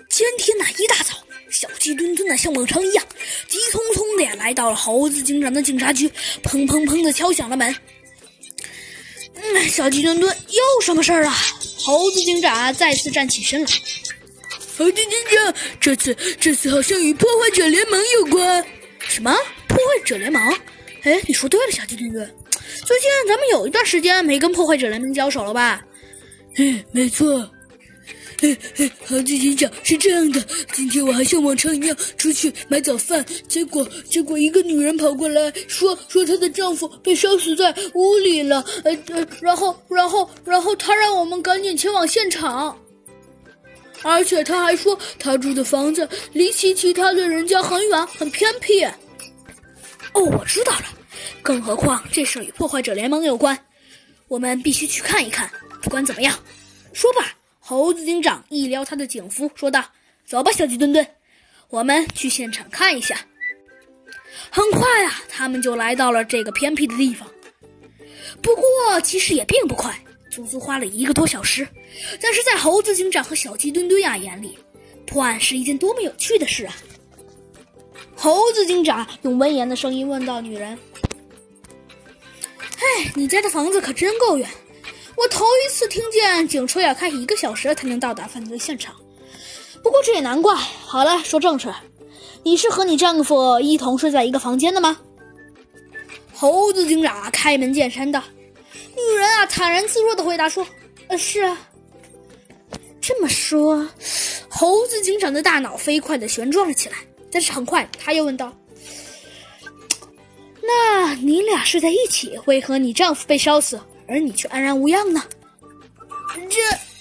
今天呐，一大早，小鸡墩墩像往常一样，急匆匆的来到了猴子警长的警察局，砰砰砰的敲响了门。小鸡墩墩又什么事儿啊？猴子警长再次站起身来。 猴子警长，这次好像与破坏者联盟有关。 什么破坏者联盟？哎，你说对了，小鸡墩墩，最近咱们有一段时间没跟破坏者联盟交手了吧？ 没错。猴子警长，是这样的，今天我还像往常一样出去买早饭，结果一个女人跑过来说她的丈夫被烧死在屋里了，然后她让我们赶紧前往现场，而且她还说她住的房子离其他的人家很远很偏僻。 哦，我知道了，更何况这事与破坏者联盟有关，我们必须去看一看。不管怎么样，说吧。猴子警长一撩他的警服，说道：“走吧，小鸡墩墩，我们去现场看一下。”很快啊，他们就来到了这个偏僻的地方。不过，其实也并不快，足足花了1个多小时。但是在猴子警长和小鸡墩墩眼里，破案是一件多么有趣的事啊！猴子警长用威严的声音问道：“女人，你家的房子可真够远。”我头一次听见警车要开1个小时才能到达犯罪现场，不过这也难怪。好了，说正事，你是和你丈夫一同睡在一个房间的吗？猴子警长开门见山道。女人坦然自若地回答说：“是啊。”这么说，猴子警长的大脑飞快地旋转了起来，但是很快他又问道：“那你俩睡在一起，为何你丈夫被烧死？”而你却安然无恙呢？ 这